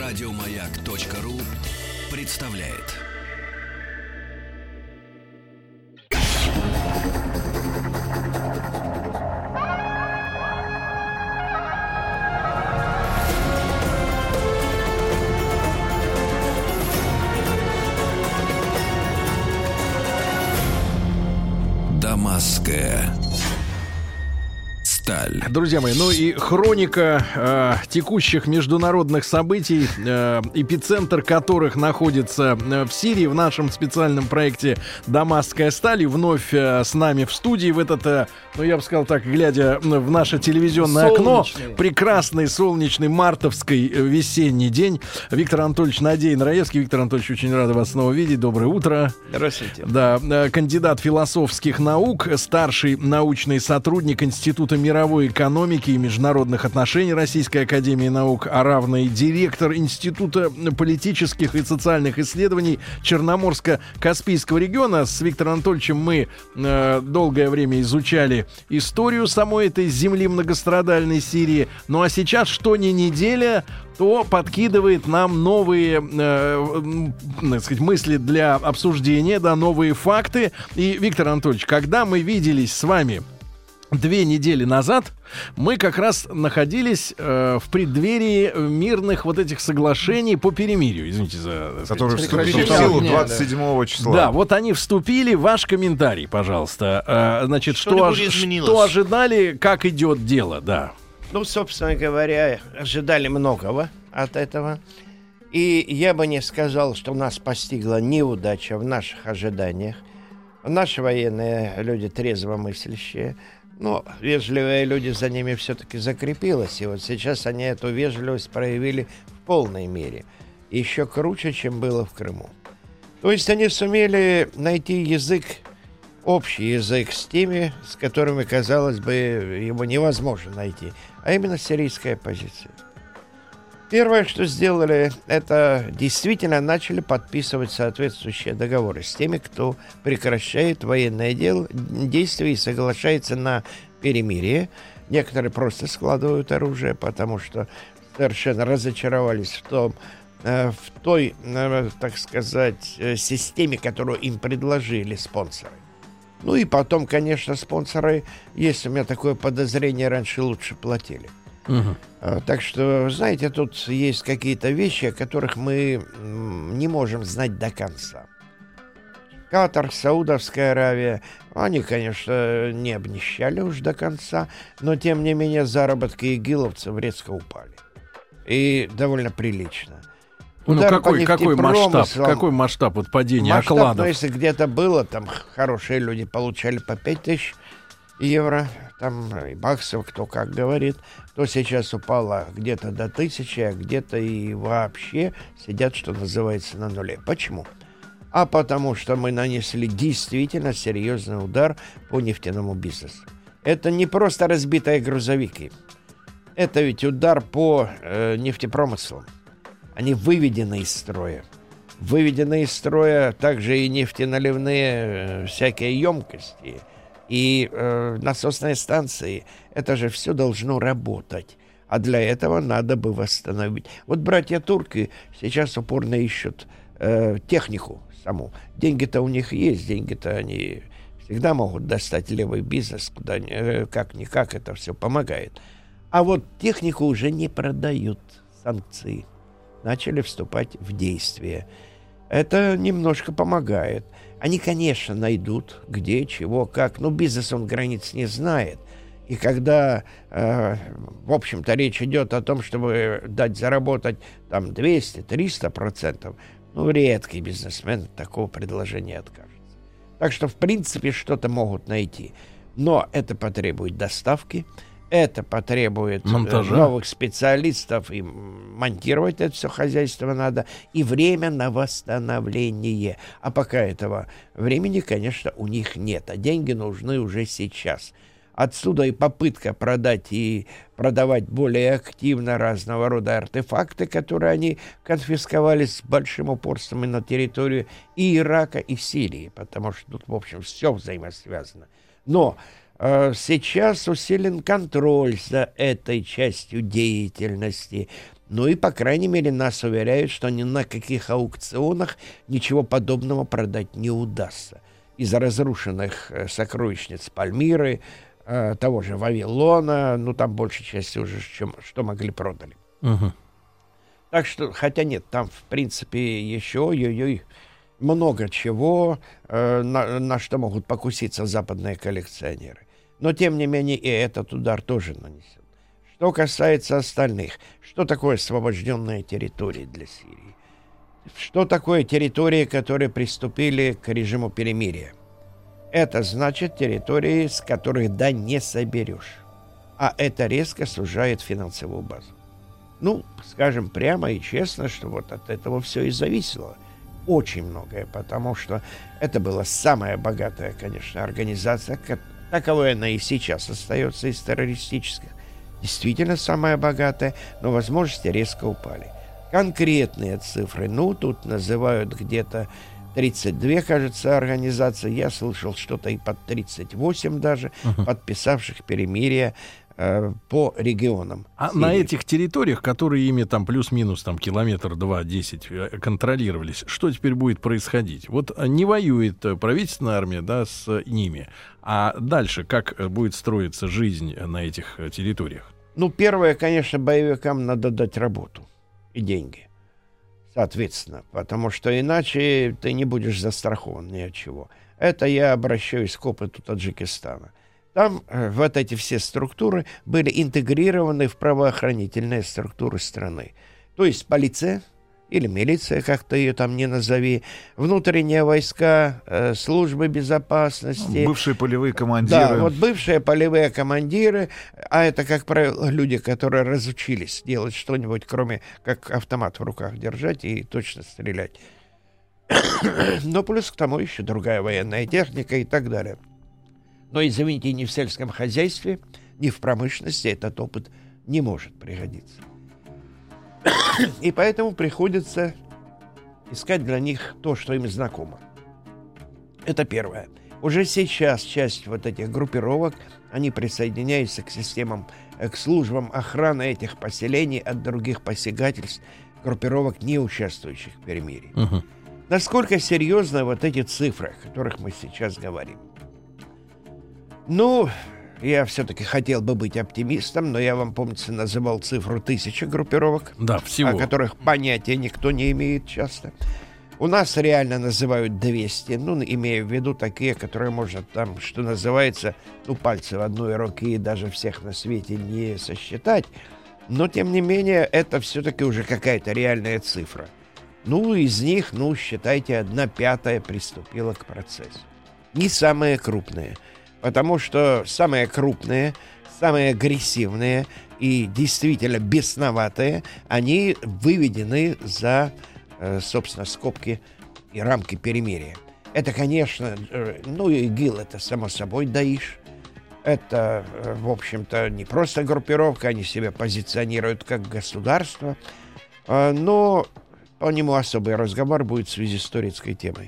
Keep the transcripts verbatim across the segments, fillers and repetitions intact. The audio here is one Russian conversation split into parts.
Радиомаяк.ру представляет. Дамасская сталь. Друзья мои, ну и хроника э, текущих международных событий, э, эпицентр которых находится э, в Сирии, в нашем специальном проекте «Дамасская сталь». И вновь э, с нами в студии в этот, э, ну я бы сказал так, глядя в наше телевизионное солнечный. окно, прекрасный солнечный мартовский э, весенний день. Виктор Анатольевич Надеин-Раевский. Виктор Анатольевич, очень рад вас снова видеть. Доброе утро. Здравствуйте. Да, э, кандидат философских наук, старший научный сотрудник Института мировой экономики и международных отношений Российской академии наук, а равно и директор Института политических и социальных исследований Черноморско-Каспийского региона. С Виктором Анатольевичем мы э, долгое время изучали историю самой этой земли многострадальной Сирии. Ну а сейчас, что ни неделя, то подкидывает нам новые, э, так сказать, мысли для обсуждения, да, новые факты. И, Виктор Анатольевич, когда мы виделись с вами две недели назад, мы как раз находились э, в преддверии мирных вот этих соглашений по перемирию, извините за... Которые вступили в силу двадцать седьмого числа. Да, вот они вступили. Ваш комментарий, пожалуйста. Э, значит, что, что, что ожидали, как идет дело, да. Ну, собственно говоря, ожидали многого от этого. И я бы не сказал, что нас постигла неудача в наших ожиданиях. Наши военные люди трезвомыслящие, но вежливые люди за ними все-таки закрепилось. И вот сейчас они эту вежливость проявили в полной мере. Еще круче, чем было в Крыму. То есть они сумели найти язык, общий язык с теми, с которыми, казалось бы, его невозможно найти. А именно сирийская оппозиция. Первое, что сделали, это действительно начали подписывать соответствующие договоры с теми, кто прекращает военное дело, действие и соглашается на перемирие. Некоторые просто складывают оружие, потому что совершенно разочаровались в том, э, в той, э, так сказать, э, системе, которую им предложили спонсоры. Ну и потом, конечно, спонсоры, есть у меня такое подозрение, раньше лучше платили. Uh-huh. Так что, знаете, тут есть какие-то вещи, о которых мы не можем знать до конца. Катар, Саудовская Аравия, они, конечно, не обнищали уж до конца, но, тем не менее, заработки игиловцев резко упали. И довольно прилично. Ну, какой, какой масштаб, какой масштаб вот падения масштаб, окладов? Ну, если где-то было, там хорошие люди получали по пять тысяч евро, там и баксов, кто как говорит, то сейчас упало где-то до тысячи, а где-то и вообще сидят, что называется, на нуле. Почему? А потому что мы нанесли действительно серьезный удар по нефтяному бизнесу. Это не просто разбитые грузовики. Это ведь удар по э, нефтепромыслу. Они выведены из строя. Выведены из строя также и нефтеналивные э, всякие емкости, и э, насосные станции. Это же все должно работать. А для этого надо бы восстановить. Вот братья турки сейчас упорно ищут э, технику саму. Деньги-то у них есть, деньги-то они всегда могут достать левый бизнес, куда э, как-никак это все помогает. А вот технику уже не продают, санкции начали вступать в действие. Это немножко помогает. Они, конечно, найдут, где, чего, как, но бизнес, он границ не знает. И когда, э, в общем-то, речь идет о том, чтобы дать заработать там двести-триста процентов, ну, редкий бизнесмен от такого предложения откажется. Так что, в принципе, что-то могут найти. Но это потребует доставки, это потребует монтажа, новых специалистов, и монтировать это все хозяйство надо, и время на восстановление. А пока этого времени, конечно, у них нет, а деньги нужны уже сейчас. Отсюда и попытка продать и продавать более активно разного рода артефакты, которые они конфисковали с большим упорством и на территорию и Ирака, и Сирии, потому что тут, в общем, все взаимосвязано. Но сейчас усилен контроль за этой частью деятельности. Ну и, по крайней мере, нас уверяют, что ни на каких аукционах ничего подобного продать не удастся. Из-за разрушенных э, сокровищниц Пальмиры, э, того же Вавилона, ну там большей части уже чем, что могли продали. Угу. Так что, хотя нет, там в принципе еще ой-ой-ой, много чего, э, на, на что могут покуситься западные коллекционеры. Но, тем не менее, и этот удар тоже нанесен. Что касается остальных, что такое освобожденные территории для Сирии? Что такое территории, которые приступили к режиму перемирия? Это значит территории, с которых да не соберешь. А это резко сужает финансовую базу. Ну, скажем прямо и честно, что вот от этого все и зависело. Очень многое, потому что это была самая богатая, конечно, организация, таковой она и сейчас остается из террористических. Действительно самая богатая, но возможности резко упали. Конкретные цифры, ну, тут называют где-то тридцать две, кажется, организации. Я слышал что-то и под тридцать восемь даже, uh-huh. подписавших перемирие э, по регионам. А Сирии. На этих территориях, которые ими там плюс-минус там километр, два, десять контролировались, что теперь будет происходить? Вот не воюет правительственная армия, да, с ними. А дальше как будет строиться жизнь на этих территориях? Ну, первое, конечно, боевикам надо дать работу и деньги, соответственно, потому что иначе ты не будешь застрахован ни от чего. Это я обращаюсь к опыту Таджикистана. Там э, вот эти все структуры были интегрированы в правоохранительные структуры страны. То есть полиция или милиция, как ты ее там не назови, внутренние войска, э, службы безопасности. Бывшие полевые командиры. Да, вот бывшие полевые командиры, а это, как правило, люди, которые разучились делать что-нибудь, кроме как автомат в руках держать и точно стрелять. Но плюс к тому еще другая военная техника и так далее. Но, извините, ни в сельском хозяйстве, ни в промышленности этот опыт не может пригодиться. И поэтому приходится искать для них то, что им знакомо. Это первое. Уже сейчас часть вот этих группировок, они присоединяются к системам, к службам охраны этих поселений от других посягательств, группировок, не участвующих в перемирии. Uh-huh. Насколько серьезны вот эти цифры, о которых мы сейчас говорим? Ну... Я все-таки хотел бы быть оптимистом, но я вам, помнится, называл цифру тысячи группировок, да, всего. О которых понятия никто не имеет часто. У нас реально называют двести, ну, имея в виду такие, которые можно там, что называется, ну, пальцы в одной руке и даже всех на свете не сосчитать. Но, тем не менее, это все-таки уже какая-то реальная цифра. Ну, из них, ну, считайте, одна пятая приступила к процессу. Не самые крупные. Потому что самые крупные, самые агрессивные и действительно бесноватые, они выведены за, э, собственно, скобки и рамки перемирия. Это, конечно, э, ну, ИГИЛ, это само собой Даиш. Это, э, в общем-то, не просто группировка, они себя позиционируют как государство. Э, но по нему особый разговор будет в связи с турецкой темой.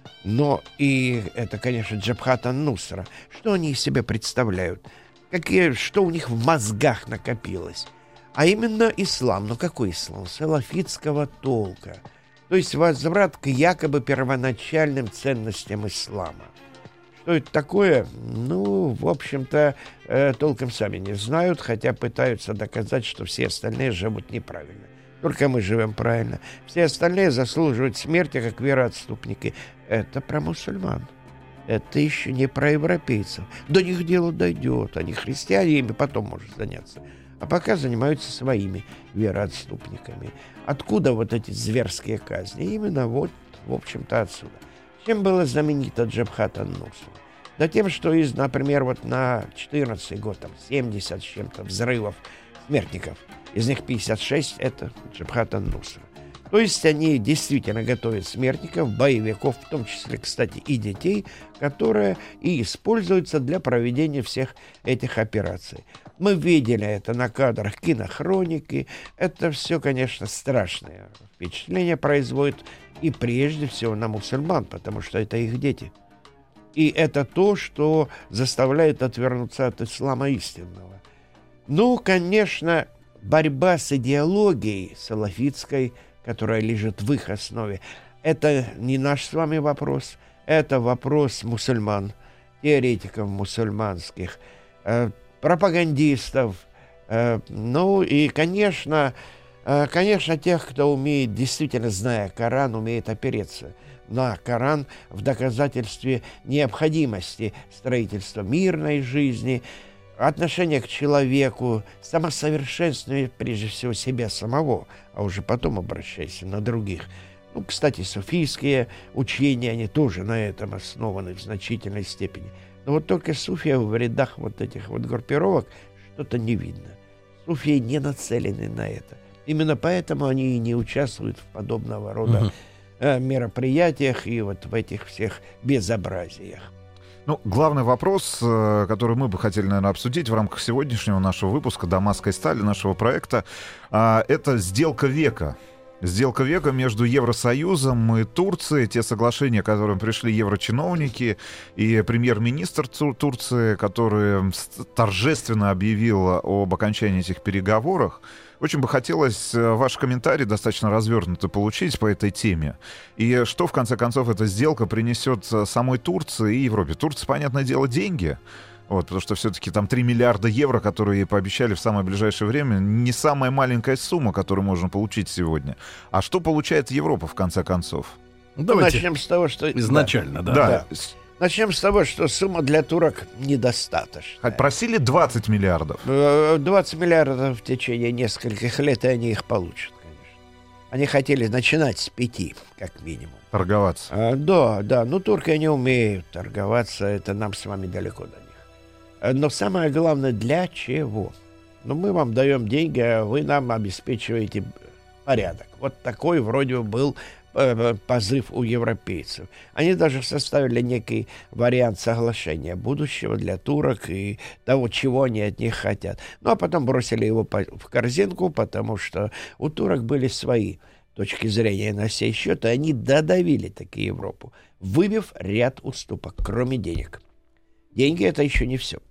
Но и это, конечно, Джабхат ан-Нусра. Что они из себя представляют? Какие, что у них в мозгах накопилось? А именно ислам. Ну какой ислам? Салафитского толка. То есть возврат к якобы первоначальным ценностям ислама. Что это такое? Ну, в общем-то, э, толком сами не знают, хотя пытаются доказать, что все остальные живут неправильно. Только мы живем правильно. Все остальные заслуживают смерти, как вероотступники. Это про мусульман. Это еще не про европейцев. До них дело дойдет. Они христиане, ими потом может заняться. А пока занимаются своими вероотступниками. Откуда вот эти зверские казни? Именно вот, в общем-то, отсюда. Чем было знаменито Джабхат ан-Нусра? Да тем, что из, например, вот на четырнадцатый год, там, семьдесят с чем-то взрывов смертников, из них пятьдесят шесть — это Джабхат ан-Нусра. То есть они действительно готовят смертников, боевиков, в том числе, кстати, и детей, которые и используются для проведения всех этих операций. Мы видели это на кадрах кинохроники. Это все, конечно, страшное впечатление производит и прежде всего на мусульман, потому что это их дети. И это то, что заставляет отвернуться от ислама истинного. Ну, конечно, борьба с идеологией салафитской, которая лежит в их основе, это не наш с вами вопрос, это вопрос мусульман, теоретиков мусульманских, э, пропагандистов, э, ну и, конечно, э, конечно, тех, кто умеет, действительно, зная Коран, умеет опереться на Коран в доказательстве необходимости строительства мирной жизни, отношение к человеку, самосовершенствование, прежде всего, себя самого, а уже потом обращайся на других. Ну, кстати, суфийские учения, они тоже на этом основаны в значительной степени. Но вот только суфия в рядах вот этих вот группировок что-то не видно. Суфии не нацелены на это. Именно поэтому они и не участвуют в подобного рода угу. э, мероприятиях и вот в этих всех безобразиях. Ну, главный вопрос, который мы бы хотели, наверное, обсудить в рамках сегодняшнего нашего выпуска «Дамасской стали», нашего проекта, это сделка века. Сделка века между Евросоюзом и Турцией, те соглашения, к которым пришли еврочиновники и премьер-министр Турции, который торжественно объявил об окончании этих переговоров. Очень бы хотелось ваш комментарий достаточно развернуто получить по этой теме. И что, в конце концов, эта сделка принесет самой Турции и Европе? Турция, понятное дело, деньги. Вот, потому что все-таки там три миллиарда евро, которые пообещали в самое ближайшее время, не самая маленькая сумма, которую можно получить сегодня. А что получает Европа, в конце концов? Давайте начнем с того, что... Изначально, да. да. да. Начнем с того, что сумма для турок недостаточна. Просили двадцать миллиардов. двадцать миллиардов в течение нескольких лет, и они их получат, конечно. Они хотели начинать с пяти, как минимум. Торговаться. А, да, да. Ну, турки не умеют торговаться, это нам с вами далеко до них. Но самое главное, для чего? Ну, мы вам даем деньги, а вы нам обеспечиваете порядок. Вот такой вроде бы был э, позыв у европейцев. Они даже составили некий вариант соглашения будущего для турок и того, чего они от них хотят. Ну, а потом бросили его по- в корзинку, потому что у турок были свои точки зрения на сей счет, и они додавили таки Европу, выбив ряд уступок, кроме денег. Деньги — это еще не все.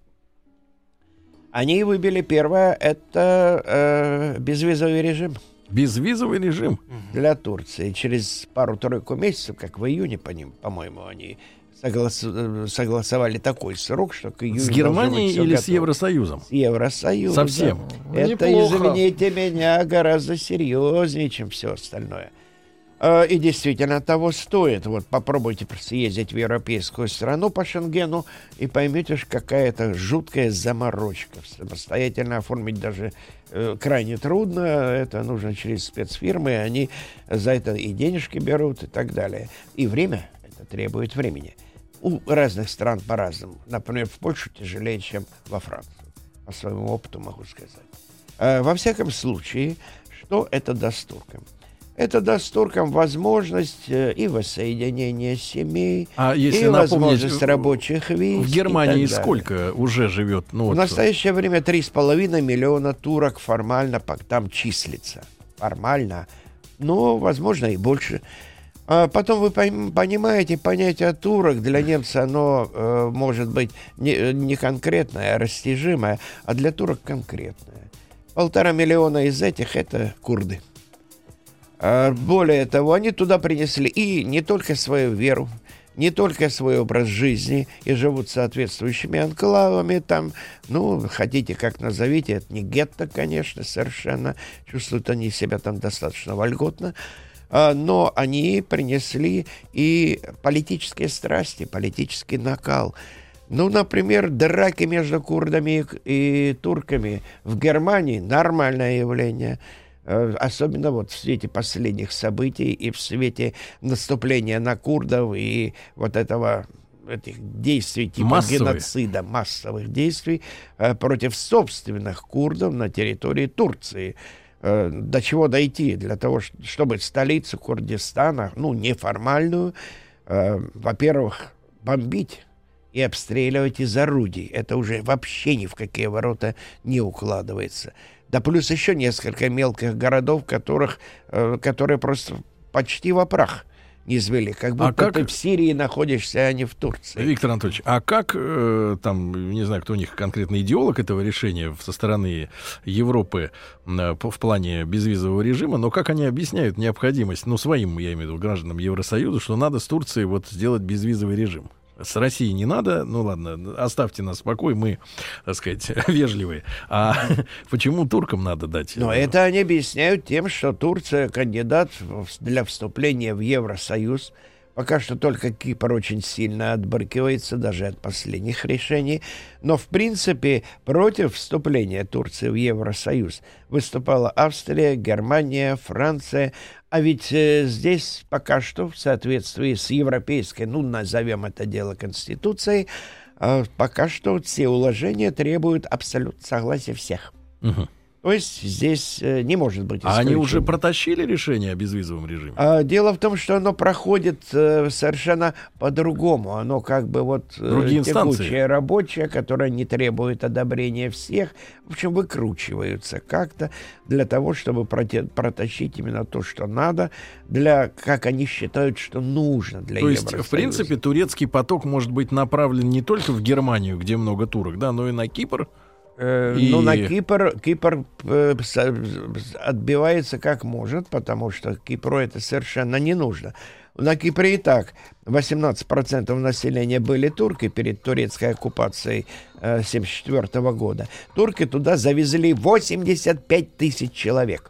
Они выбили первое, это э, безвизовый режим. Безвизовый режим? Для Турции. Через пару-тройку месяцев, как в июне, по ним, по-моему, они соглас... согласовали такой срок, что к июню... С Германией или готово. С Евросоюзом? С Евросоюзом. Совсем? Это, неплохо. Извините меня, гораздо серьезнее, чем все остальное. И действительно того стоит. Вот попробуйте съездить в европейскую страну по Шенгену и поймете, что какая-то жуткая заморочка. Самостоятельно оформить даже э, крайне трудно. Это нужно через спецфирмы. Они за это и денежки берут и так далее. И время это требует времени. У разных стран по-разному. Например, в Польшу тяжелее, чем во Францию. По своему опыту могу сказать. А, во всяком случае, что это даст туркам? Это даст туркам возможность и воссоединения семей, а если и напомнить, возможность рабочих виз. В Германии сколько уже живет? Ну, в вот настоящее время три с половиной миллиона турок формально там числится. Формально. Но, возможно, и больше. А потом вы понимаете, понятие турок для немца, оно э, может быть не, не конкретное, а растяжимое, а для турок конкретное. Полтора миллиона из этих — это курды. Более того, они туда принесли и не только свою веру, не только свой образ жизни, и живут соответствующими анклавами там, ну, хотите, как назовите, это не гетто, конечно, совершенно, чувствуют они себя там достаточно вольготно, но они принесли и политические страсти, политический накал. Ну, например, драки между курдами и турками в Германии — нормальное явление. Особенно вот в свете последних событий и в свете наступления на курдов и вот этого, этих действий типа Массовые. геноцида, массовых действий э, против собственных курдов на территории Турции. Э, до чего дойти для того, чтобы столицу Курдистана, ну, неформальную, э, во-первых, бомбить и обстреливать из орудий. Это уже вообще ни в какие ворота не укладывается. Да плюс еще несколько мелких городов, которых, э, которые просто почти во прах. извели. Как будто а как... ты в Сирии находишься, а не в Турции. Виктор Анатольевич, а как э, там, не знаю, кто у них конкретный идеолог этого решения со стороны Европы э, в плане безвизового режима, но как они объясняют необходимость, ну, своим, я имею в виду, гражданам Евросоюза, что надо с Турцией вот сделать безвизовый режим? С Россией не надо, ну ладно, оставьте нас в покое, мы, так сказать, вежливые. А почему туркам надо дать? Но это они объясняют тем, что Турция кандидат для вступления в Евросоюз. Пока что только Кипр очень сильно отбрыкивается даже от последних решений. Но, в принципе, против вступления Турции в Евросоюз выступала Австрия, Германия, Франция. А ведь э, здесь пока что в соответствии с европейской, ну, назовем это дело Конституцией, э, пока что все уложения требуют абсолютно согласия всех. Угу. То есть здесь э, не может быть исключения. А они уже протащили решение о безвизовом режиме? А, дело в том, что оно проходит э, совершенно по-другому. Оно как бы вот э, текучее рабочее, которое не требует одобрения всех. В общем, выкручиваются как-то для того, чтобы проте- протащить именно то, что надо, для, как они считают, что нужно для То Евросоюза. есть, в принципе, турецкий поток может быть направлен не только в Германию, где много турок, да, но и на Кипр. Э, И... Ну, на Кипр, Кипр э, отбивается как может, потому что Кипру это совершенно не нужно. На Кипре и так восемнадцать процентов населения были турки перед турецкой оккупацией э, семьдесят четвёртого года. Турки туда завезли восемьдесят пять тысяч человек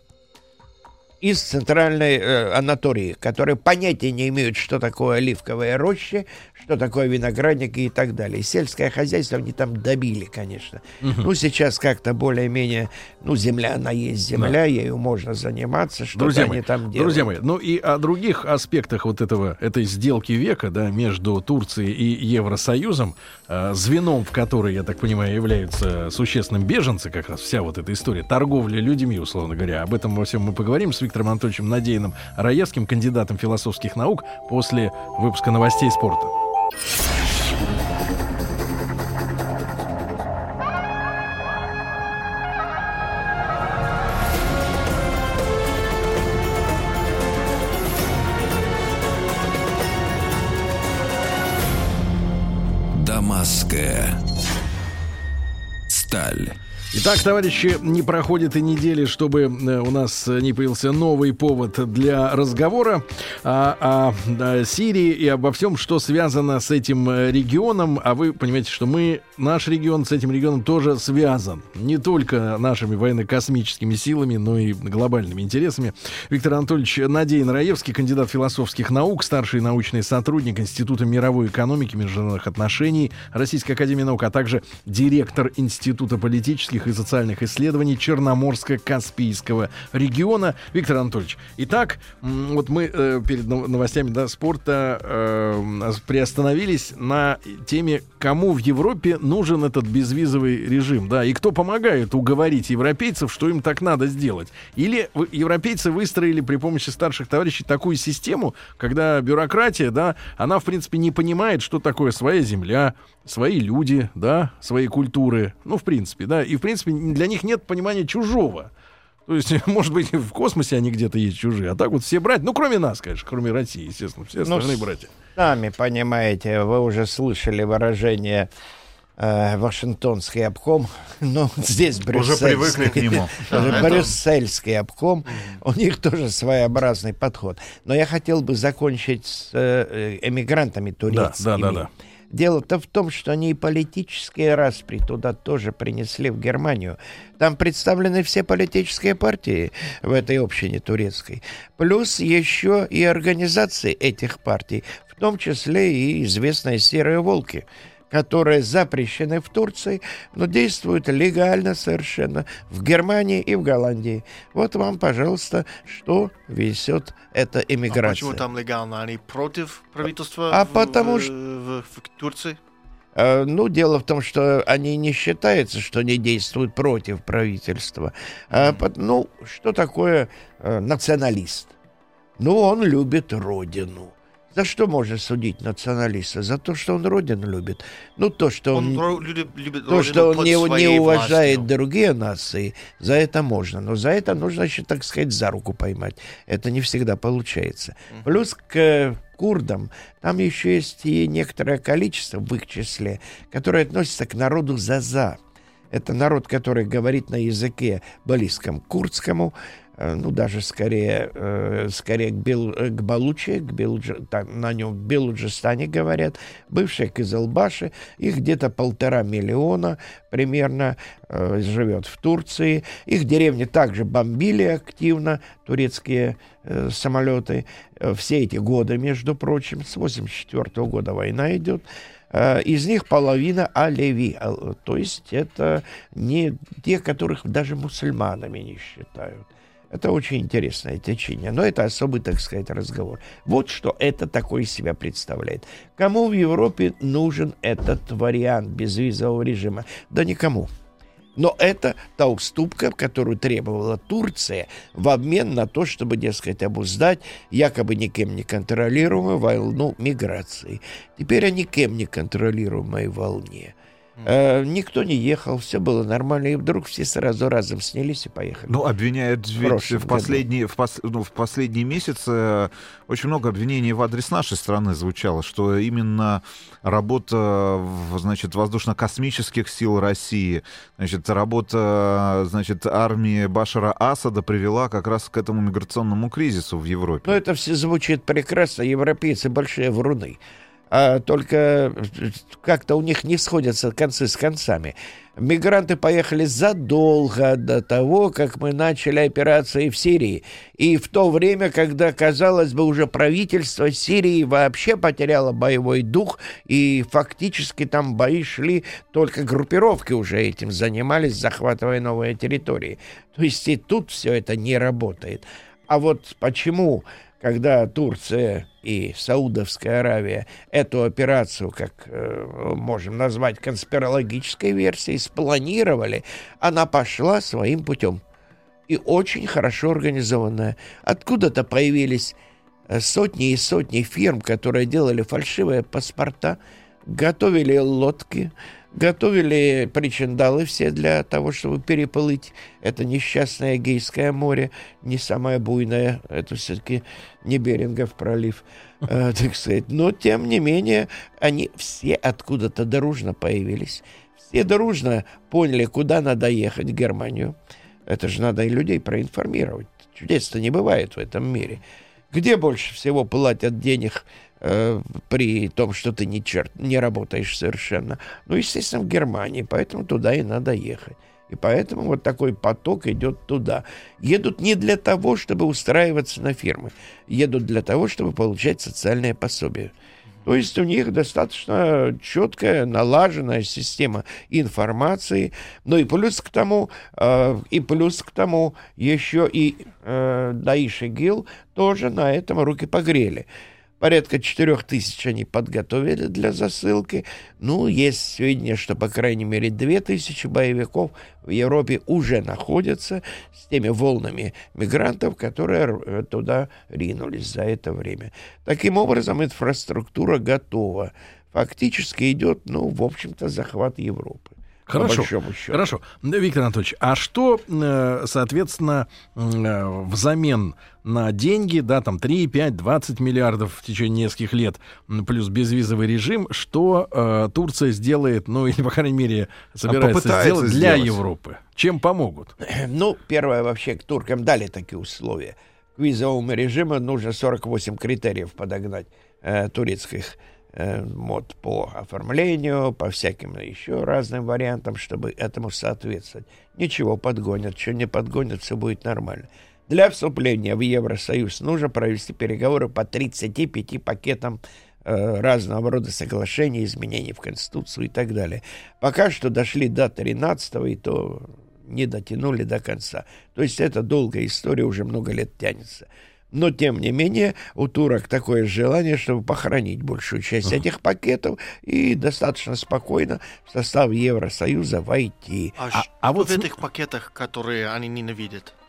из центральной э, Анатолии, которые понятия не имеют, что такое оливковые рощи, что такое виноградники и так далее. Сельское хозяйство они там добили, конечно. Uh-huh. Ну, сейчас как-то более-менее, ну, земля, она есть земля, да. Ею можно заниматься, что друзья они мои, там делают. Друзья мои, ну и о других аспектах вот этого, этой сделки века, да, между Турцией и Евросоюзом, э, звеном в которой, я так понимаю, являются существенным беженцы, как раз вся вот эта история, торговля людьми, условно говоря. Об этом во всем мы поговорим с Виктором Анатольевичем Надеиным Раевским, кандидатом философских наук, после выпуска новостей спорта. Дамасская сталь. Итак, товарищи, не проходит и недели, чтобы у нас не появился новый повод для разговора о, о, о Сирии и обо всем, что связано с этим регионом. А вы понимаете, что мы, наш регион с этим регионом тоже связан. Не только нашими военно-космическими силами, но и глобальными интересами. Виктор Анатольевич Надеин Раевский, кандидат философских наук, старший научный сотрудник Института мировой экономики и международных отношений Российской академии наук, а также директор Института политических и социальных исследований Черноморско-Каспийского региона. Виктор Анатольевич, итак, вот мы э, перед новостями да, спорта э, приостановились на теме, кому в Европе нужен этот безвизовый режим, да, и кто помогает уговорить европейцев, что им так надо сделать. Или европейцы выстроили при помощи старших товарищей такую систему, когда бюрократия, да, она, в принципе, не понимает, что такое своя земля, свои люди, да, свои культуры, ну, в принципе, да, и, в принципе, для них нет понимания чужого. То есть, может быть, в космосе они где-то есть чужие, а так вот все братья, ну, кроме нас, конечно, кроме России, естественно, все остальные ну, братья. Сами понимаете, вы уже слышали выражение э, «Вашингтонский обком», ну, здесь брюссельский. Уже привыкли к нему. Брюссельский обком, у них тоже своеобразный подход. Но я хотел бы закончить с э, эмигрантами турецкими. Да, да, да, да. Дело-то в том, что они и политические распри туда тоже принесли, в Германию. Там представлены все политические партии в этой общине турецкой. Плюс еще и организации этих партий, в том числе и известные «Серые волки», которые запрещены в Турции, но действуют легально совершенно в Германии и в Голландии. Вот вам, пожалуйста, что везет эта эмиграция. А почему там легально? Они против правительства а в, потому в, что... в, в, в Турции? Uh, ну, дело в том, что они не считаются, что они действуют против правительства. Uh, под, ну, что такое uh, националист? Ну, он любит родину. За что можно судить националиста? За то, что он родину любит. Ну, то, что он, Он ро- любит, любит то, что он под не, своей не уважает властью. другие нации, за это можно. Но за это нужно еще, так сказать, за руку поймать. Это не всегда получается. Плюс к курдам там еще есть и некоторое количество в их числе, которое относится к народу Заза. Это народ, который говорит на языке близком к курдскому, ну, даже скорее, э, скорее к, Бел, к Балуче, к Белудж... там, на нем в Белуджистане говорят, бывшие Кызылбаши, их где-то полтора миллиона примерно э, живет в Турции. Их деревни также бомбили активно, турецкие э, самолеты, э, все эти годы, между прочим, с восемьдесят четвёртого года война идет. Из них половина алеви, то есть это не те, которых даже мусульманами не считают. Это очень интересное течение, но это особый, так сказать, разговор. Вот что это такое из себя представляет. Кому в Европе нужен этот вариант безвизового режима? Да никому. Но это та уступка, которую требовала Турция в обмен на то, чтобы, дескать, обуздать якобы никем не контролируемую волну миграции. Теперь о никем не контролируемой волне. Э, никто не ехал, все было нормально, и вдруг все сразу разом снялись и поехали. Ну, обвиняют ведь прошлом в последние, в, пос, ну, в последние месяцы очень много обвинений в адрес нашей страны звучало, что именно работа, значит, воздушно-космических сил России, значит, работа, значит, армии Башара Асада привела как раз к этому миграционному кризису в Европе. Ну, это все звучит прекрасно, европейцы большие вруны. А только как-то у них не сходятся концы с концами. Мигранты поехали задолго до того, как мы начали операции в Сирии. И в то время, когда, казалось бы, уже правительство Сирии вообще потеряло боевой дух, и фактически там бои шли, только группировки уже этим занимались, захватывая новые территории. То есть и тут все это не работает. А вот почему, когда Турция и Саудовская Аравия эту операцию, как э, можем назвать конспирологической версией, спланировали, она пошла своим путем. И очень хорошо организованная. Откуда-то появились сотни и сотни фирм, которые делали фальшивые паспорта, готовили лодки, готовили причиндалы все для того, чтобы переплыть это несчастное Эгейское море, не самое буйное, это все-таки не Берингов пролив, э, так сказать. Но, тем не менее, они все откуда-то дружно появились. Все дружно поняли, куда надо ехать, в Германию. Это же надо и людей проинформировать. Чудес-то не бывает в этом мире. Где больше всего платят денег э, при том, что ты не, черт, не работаешь совершенно? Ну, естественно, в Германии, поэтому туда и надо ехать. И поэтому вот такой поток идет туда. Едут не для того, чтобы устраиваться на фирмы. Едут для того, чтобы получать социальное пособие. То есть у них достаточно четкая, налаженная система информации. Ну и плюс к тому, э, и плюс к тому еще и э, Даиш и ИГИЛ тоже на этом руки погрели. Порядка четырех тысяч они подготовили для засылки. Ну, есть сведения, что, по крайней мере, две тысячи боевиков в Европе уже находятся с теми волнами мигрантов, которые туда ринулись за это время. Таким образом, инфраструктура готова. Фактически идет, ну, в общем-то, захват Европы. Хорошо, хорошо. Виктор Анатольевич, а что, соответственно, взамен на деньги, да, там три, пять, двадцать миллиардов в течение нескольких лет, плюс безвизовый режим, что э, Турция сделает, ну, или, по крайней мере, собирается а сделать для сделать. Европы? Чем помогут? Ну, первое, вообще, к туркам дали такие условия. К визовому режиму нужно сорок восемь критериев подогнать э, турецких мод по оформлению, по всяким еще разным вариантам, чтобы этому соответствовать. Ничего, подгонят. Что не подгонят, все будет нормально. Для вступления в Евросоюз нужно провести переговоры по тридцати пяти пакетам э, разного рода соглашений, изменений в Конституцию и так далее. Пока что дошли до тринадцатого, и то не дотянули до конца. То есть это долгая история, уже много лет тянется. Но, тем не менее, у турок такое желание, чтобы похоронить большую часть uh-huh. этих пакетов и достаточно спокойно в состав Евросоюза войти. А, а, а вот в этих пакетах, которые они ненавидят?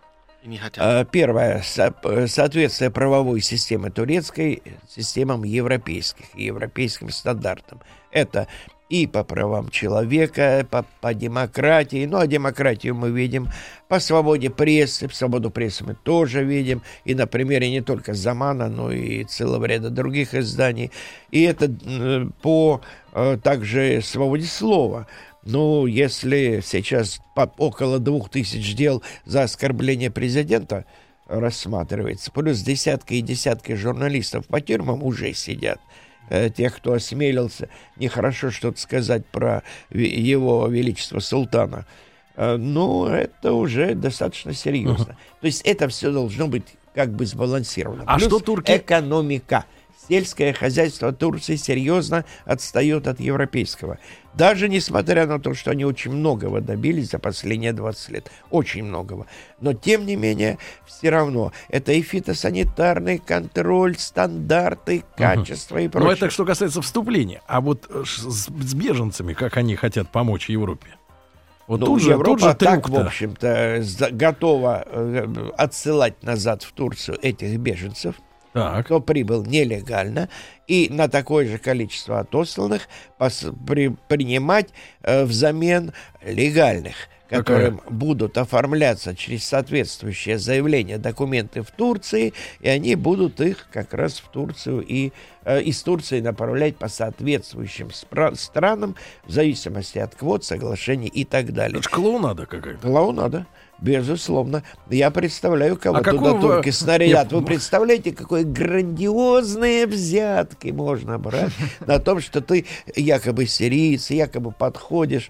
И не хотят. Первое. Со- соответствие правовой системы турецкой системам европейских, европейским стандартам. Это и по правам человека, по, по демократии. Ну, а демократию мы видим по свободе прессы. Свободу прессы мы тоже видим. И на примере не только Замана, но и целого ряда других изданий. И это э, по э, также свободе слова. Ну, если сейчас по, около двух тысяч дел за оскорбление президента рассматривается, плюс десятки и десятки журналистов по тюрьмам уже сидят, тех, кто осмелился нехорошо что-то сказать про его величество султана, ну, это уже достаточно серьезно. Uh-huh. То есть это все должно быть как бы сбалансировано. А плюс что турки? Экономика. Сельское хозяйство Турции серьезно отстает от европейского. Даже несмотря на то, что они очень многого добились за последние двадцать лет. Очень многого. Но, тем не менее, все равно это и фитосанитарный контроль, стандарты, качество и прочее. Ну, это что касается вступления. А вот с, с беженцами, как они хотят помочь Европе? Вот ну, тут же, Европа тут же так, трюк-то. в общем-то, готова отсылать назад в Турцию этих беженцев, Так. кто прибыл нелегально, и на такое же количество отосланных пос- при- принимать э, взамен легальных, которым Какая? будут оформляться через соответствующее заявление документы в Турции, и они будут их как раз в Турцию и э, из Турции направлять по соответствующим спра- странам в зависимости от квот, соглашений и так далее. Это ж клоунада какая-то. Клоунада. Безусловно. Я представляю, кого А туда какого- турки снарядят. Я- Вы представляете, какие грандиозные взятки можно брать на том, что ты якобы сириец, якобы подходишь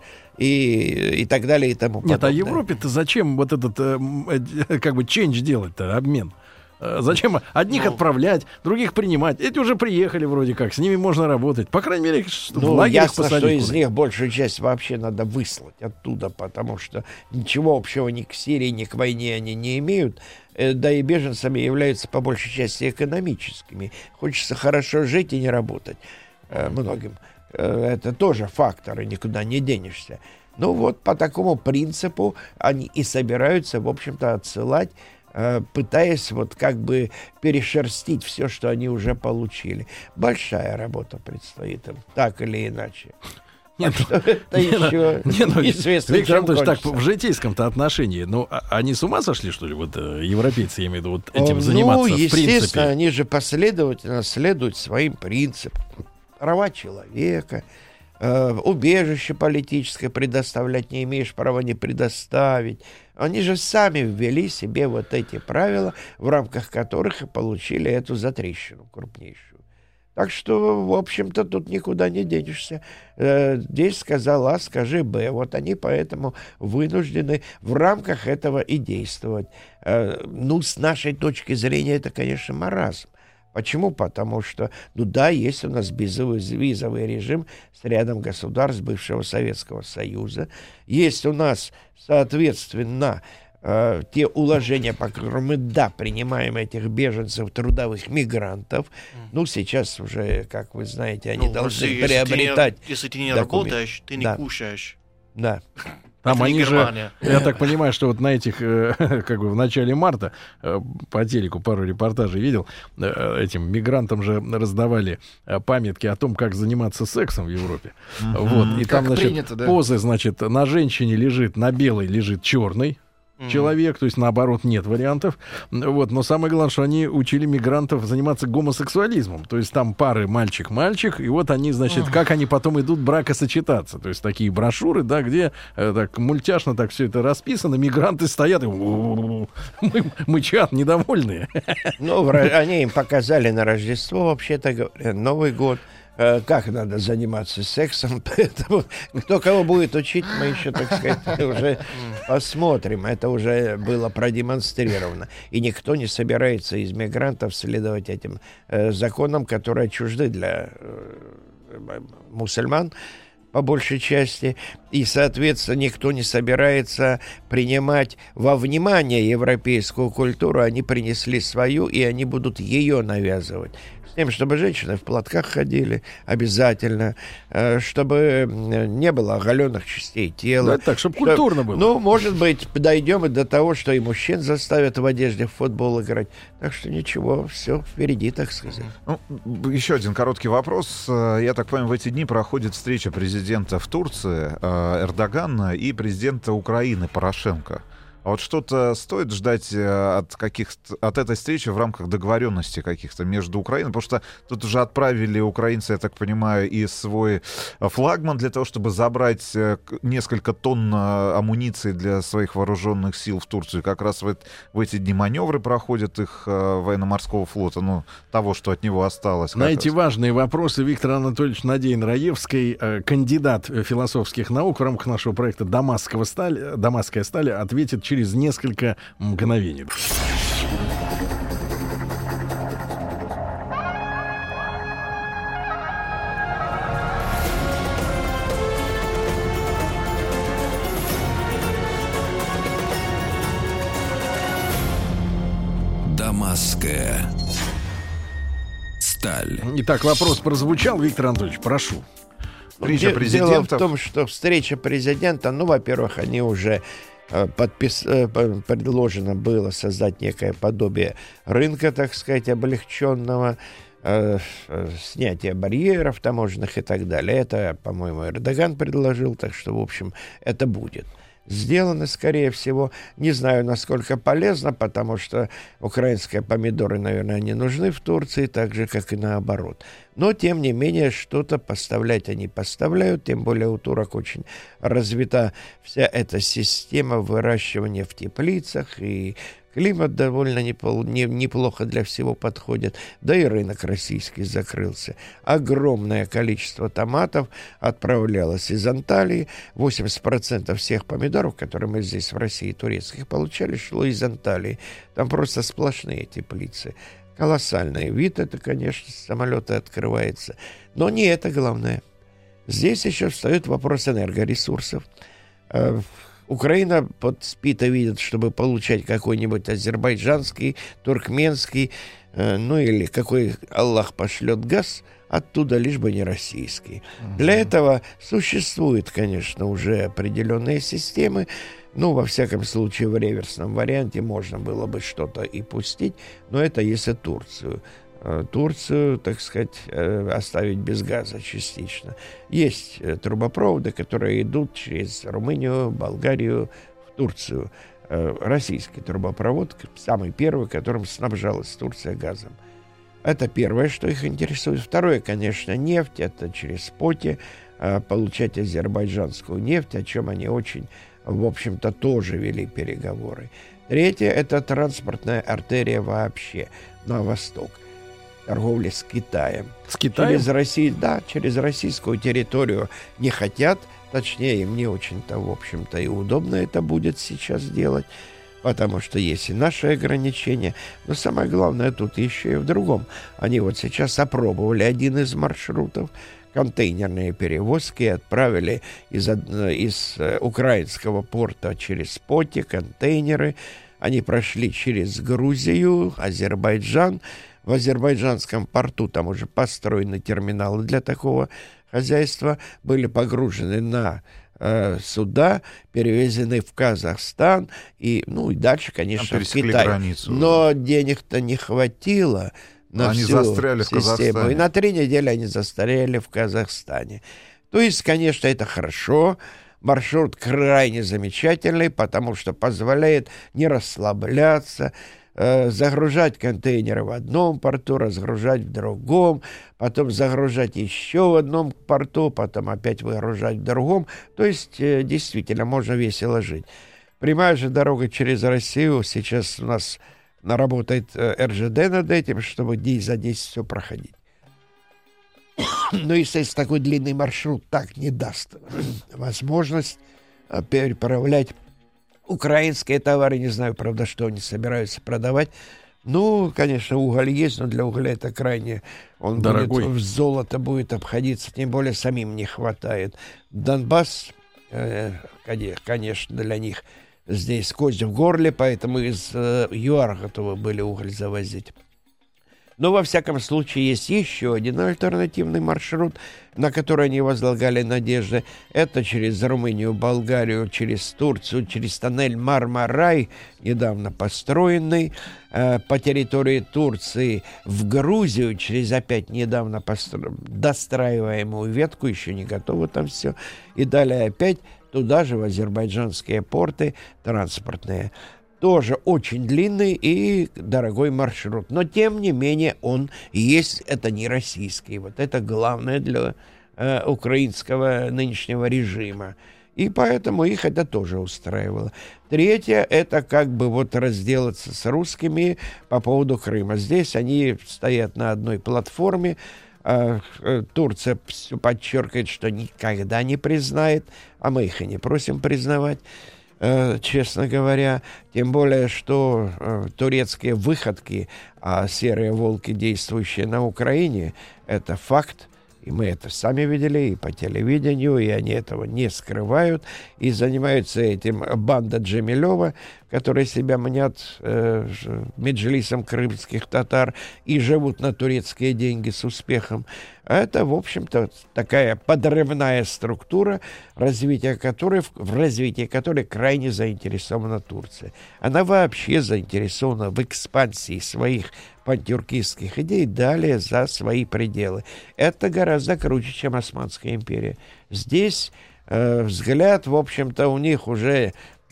и, и так далее и тому подобное. Нет, а Европе-то зачем вот этот э, м, э, как бы чендж делать-то, обмен? Э, Зачем одних Ну. отправлять, других принимать? Эти уже приехали вроде как, с ними можно работать. По крайней мере, что в Ну, лагерях ясно, посадить что из куда-нибудь. них большую часть вообще надо выслать оттуда, потому что ничего общего ни к Сирии, ни к войне они не имеют. Э, Да и беженцами являются по большей части экономическими. Хочется хорошо жить и не работать э, многим. Э, Это тоже факторы, никуда не денешься. Ну вот по такому принципу они и собираются, в общем-то, отсылать, э, пытаясь вот как бы перешерстить все, что они уже получили. Большая работа предстоит им, так или иначе. Нет, Так что это не, ну, еще не, ну, неизвестно, Виктор чем Анатольевич, так кончится. в житейском-то отношении, ну, а- они с ума сошли, что ли, вот э, европейцы, я имею в виду, вот этим Ну, заниматься, в естественно, принципе? они же последовательно следуют своим принципам. Права человека, э, убежище политическое предоставлять не имеешь права не предоставить. Они же сами ввели себе вот эти правила, в рамках которых и получили эту затрещину крупнейшую. Так что, в общем-то, тут никуда не денешься. Э, Здесь сказал А, скажи Б. Вот они поэтому вынуждены в рамках этого и действовать. Э, Ну, с нашей точки зрения, это, конечно, маразм. Почему? Потому что, ну да, есть у нас безвизовый визовый режим с рядом государств бывшего Советского Союза. Есть у нас, соответственно, э, те уложения, по которым мы, да, принимаем этих беженцев, трудовых мигрантов. Ну, сейчас уже, как вы знаете, они Ну, в должны России, если ты не- приобретать... Если ты не документ. работаешь, ты не Да. кушаешь. Да. Там Это не они же, Германия. я так понимаю, что вот на этих, э, как бы в начале марта, э, по телеку пару репортажей видел, э, этим мигрантам же раздавали э, памятки о том, как заниматься сексом в Европе. Вот. И Как там, значит, принято, да? позы, значит, на женщине лежит, на белой лежит черный Мгм. человек, то есть наоборот нет вариантов. Вот. Но самое главное, что они учили мигрантов заниматься гомосексуализмом. То есть там пары мальчик-мальчик, и вот они, значит, как они потом идут бракосочетаться. То есть такие брошюры, да, где э, так мультяшно так все это расписано, мигранты стоят и мы- мычат, недовольные. Ну, в Ро- они им показали на Рождество, вообще-то говоря, Новый год, э, как надо заниматься сексом. Поэтому кто кого будет учить, мы еще, так сказать, уже посмотрим. Это уже было продемонстрировано. И никто не собирается из мигрантов следовать этим э, законам, которые чужды для э, мусульман по большей части, и, соответственно, никто не собирается принимать во внимание европейскую культуру, они принесли свою, и они будут ее навязывать. тем, чтобы женщины в платках ходили обязательно, э, чтобы не было оголенных частей тела. Да, так, чтобы культурно было. Ну, может быть, дойдем и до того, что и мужчин заставят в одежде в футбол играть. Так что ничего, все впереди, так сказать. Ну, еще один короткий вопрос. Я так понимаю, в эти дни проходит встреча президента в Турции Эрдогана и президента Украины Порошенко. А вот что-то стоит ждать от, каких от этой встречи в рамках договоренностей каких-то между Украиной? Потому что тут уже отправили украинцы, я так понимаю, и свой флагман для того, чтобы забрать несколько тонн амуниции для своих вооруженных сил в Турцию. Как раз в, в эти дни маневры проходят их военно-морского флота, ну, того, что от него осталось. На эти важные вопросы Виктор Анатольевич Надеин-Раевский, кандидат философских наук, в рамках нашего проекта «Дамасская сталь», «Дамасская сталь» ответит через через несколько мгновений. Дамасская сталь. Итак, вопрос прозвучал. Виктор Анатольевич, прошу. Встреча президентов. Дело в том, что встреча президента, ну, во-первых, они уже Подпис... предложено было создать некое подобие рынка, так сказать, облегченного, э, снятия барьеров таможенных и так далее. Это, по-моему, Эрдоган предложил, так что, в общем, это будет сделано, скорее всего. Не знаю, насколько полезно, потому что украинские помидоры, наверное, не нужны в Турции, так же, как и наоборот. Но, тем не менее, что-то поставлять они поставляют, тем более у турок очень развита вся эта система выращивания в теплицах, и климат довольно непол- не, неплохо для всего подходит, да и рынок российский закрылся. Огромное количество томатов отправлялось из Анталии. восемьдесят процентов всех помидоров, которые мы здесь в России турецких получали, шло из Анталии. Там просто сплошные теплицы. Колоссальный вид это, конечно, с самолета открывается. Но не это главное. Здесь еще встает вопрос энергоресурсов. Украина под спита видит, чтобы получать какой-нибудь азербайджанский, туркменский, э, ну или какой Аллах пошлет газ, оттуда лишь бы не российский. Uh-huh. Для этого существуют, конечно, уже определенные системы. Ну, во всяком случае, в реверсном варианте можно было бы что-то и пустить, но это если Турцию. Турцию, так сказать, оставить без газа частично. Есть трубопроводы, которые идут через Румынию, Болгарию, в Турцию. Российский трубопровод, самый первый, которым снабжалась Турция газом. Это первое, что их интересует. Второе, конечно, нефть. Это через Поти получать азербайджанскую нефть, о чем они очень, в общем-то, тоже вели переговоры. Третье, это транспортная артерия вообще на восток. Торговли с Китаем. С Китаем? Через Россию, да, через российскую территорию не хотят, точнее, им не очень-то, в общем-то, и удобно это будет сейчас делать, потому что есть и наши ограничения. Но самое главное тут еще и в другом. Они вот сейчас опробовали один из маршрутов, контейнерные перевозки, отправили из, из украинского порта через Поти контейнеры. Они прошли через Грузию, Азербайджан. В азербайджанском порту там уже построены терминалы для такого хозяйства, были погружены на э, суда, перевезены в Казахстан и, ну, и дальше, конечно, в Китай. Границу. Но денег-то не хватило на они всю застряли систему. в Казахстане. И на три недели они застряли в Казахстане. То есть, конечно, это хорошо. Маршрут крайне замечательный, потому что позволяет не расслабляться, загружать контейнеры в одном порту, разгружать в другом, потом загружать еще в одном порту, потом опять выгружать в другом. То есть, действительно, можно весело жить. Прямая же дорога через Россию. Сейчас у нас наработает эр жэ дэ над этим, чтобы день за десять все проходить. Но, естественно, такой длинный маршрут так не даст возможность переправлять украинские товары. Не знаю, правда, что они собираются продавать. Ну, конечно, уголь есть, но для угля это крайне... Он дорогой. Будет, в золото будет обходиться, тем более самим не хватает. Донбасс, э, конечно, для них здесь кость в горле, поэтому из э, ЮАР готовы были уголь завозить. Но, во всяком случае, есть еще один альтернативный маршрут, на который они возлагали надежды. Это через Румынию, Болгарию, через Турцию, через тоннель Мармарай, недавно построенный, э, по территории Турции в Грузию, через опять недавно постро... достраиваемую ветку, еще не готово там все, и далее опять туда же, в азербайджанские порты транспортные. Тоже очень длинный и дорогой маршрут. Но, тем не менее, он есть. Это не российский. Вот это главное для э, украинского нынешнего режима. И поэтому их это тоже устраивало. Третье, это как бы вот разделаться с русскими по поводу Крыма. Здесь они стоят на одной платформе. Э, э, Турция все подчеркивает, что никогда не признает, а мы их и не просим признавать. Честно говоря, тем более, что э, турецкие выходки, а серые волки, действующие на Украине, это факт, и мы это сами видели и по телевидению, и они этого не скрывают, и занимаются этим банда Джемилева, которые себя мнят э, меджлисом крымских татар и живут на турецкие деньги с успехом. Это, в общем-то, такая подрывная структура, развитие которой, в развитии которой крайне заинтересована Турция. Она вообще заинтересована в экспансии своих пантюркистских идей далее за свои пределы. Это гораздо круче, чем Османская империя. Здесь э, взгляд, в общем-то, у них уже,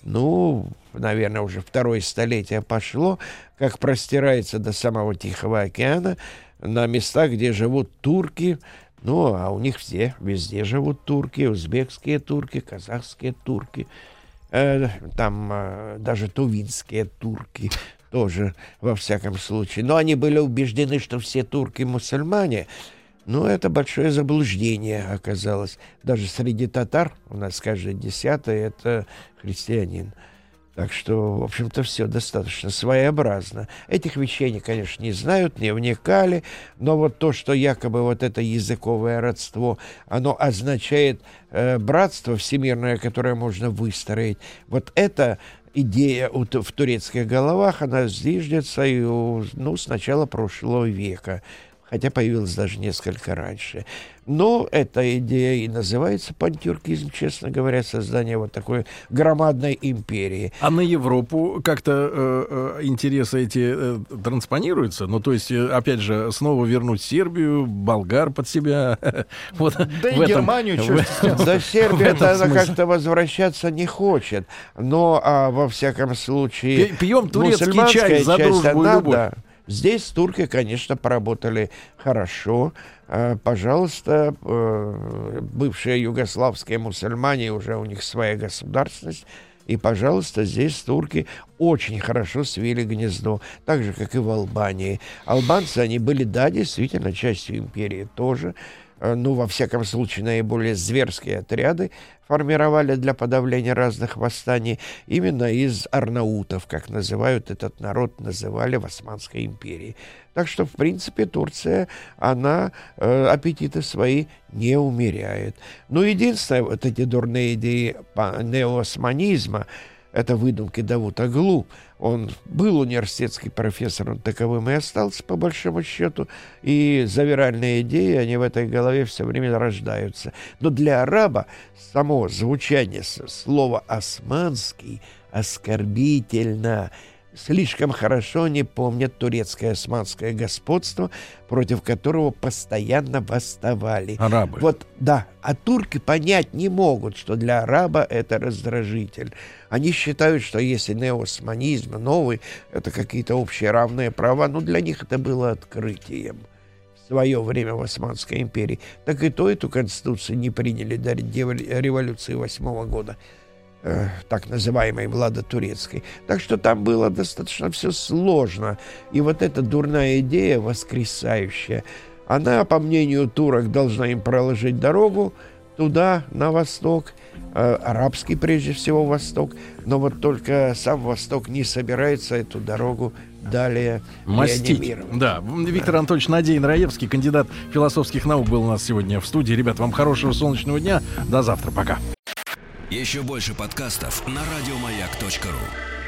ну, наверное, уже второе столетие пошло, как простирается до самого Тихого океана, на местах, где живут турки. Ну, а у них все, везде живут турки, узбекские турки, казахские турки, э, там э, даже тувинские турки тоже, во всяком случае. Но они были убеждены, что все турки мусульмане. Но это большое заблуждение оказалось. Даже среди татар, у нас каждый десятый, это христианин. Так что, в общем-то, все достаточно своеобразно. Этих вещей они, конечно, не знают, не вникали, но вот то, что якобы вот это языковое родство, оно означает э, братство всемирное, которое можно выстроить. Вот эта идея в турецких головах, она зиждется и, ну, с начала прошлого века, хотя появилась даже несколько раньше. Но эта идея и называется пантюркизм, честно говоря, создание вот такой громадной империи. А на Европу как-то э, э, интересы эти э, транспонируются? Ну, то есть, э, опять же, снова вернуть Сербию, болгар под себя? Вот, да и Германию, что да, Сербия-то она как-то возвращаться не хочет. Но, а, во всяком случае, пьем турецкий чай за дружбу и любовь. Здесь турки, конечно, поработали хорошо. Пожалуйста, бывшие югославские мусульмане, уже у них своя государственность. И, пожалуйста, здесь турки очень хорошо свили гнездо, так же, как и в Албании. Албанцы, они были, да, действительно, частью империи тоже. Ну, во всяком случае, наиболее зверские отряды формировали для подавления разных восстаний именно из арнаутов, как называют этот народ, называли в Османской империи. Так что, в принципе, Турция, она э, аппетиты свои не умеряет. Но единственное, вот эти дурные идеи неоосманизма, это выдумки Давут-Оглу. Он был университетский профессор, он таковым и остался, по большому счету. И завиральные идеи, они в этой голове все время рождаются. Но для араба само звучание слова «османский» оскорбительно. Слишком хорошо они помнят турецкое османское господство, против которого постоянно восставали. Арабы. Вот, да. А турки понять не могут, что для араба это раздражитель. Они считают, что если неоосманизм новый, это какие-то общие равные права, ну, для них это было открытием в свое время в Османской империи. Так и то эту конституцию не приняли до революции восьмого года. Так называемой Владо-Турецкой. Так что там было достаточно все сложно. И вот эта дурная идея воскресающая, она, по мнению турок, должна им проложить дорогу туда, на восток, э, арабский прежде всего восток, но вот только сам Восток не собирается эту дорогу далее мастить. Да. Виктор Анатольевич Надеин Раевский, кандидат философских наук, был у нас сегодня в студии. Ребят, вам хорошего солнечного дня. До завтра. Пока. Еще больше подкастов на радиомаяк точка ру.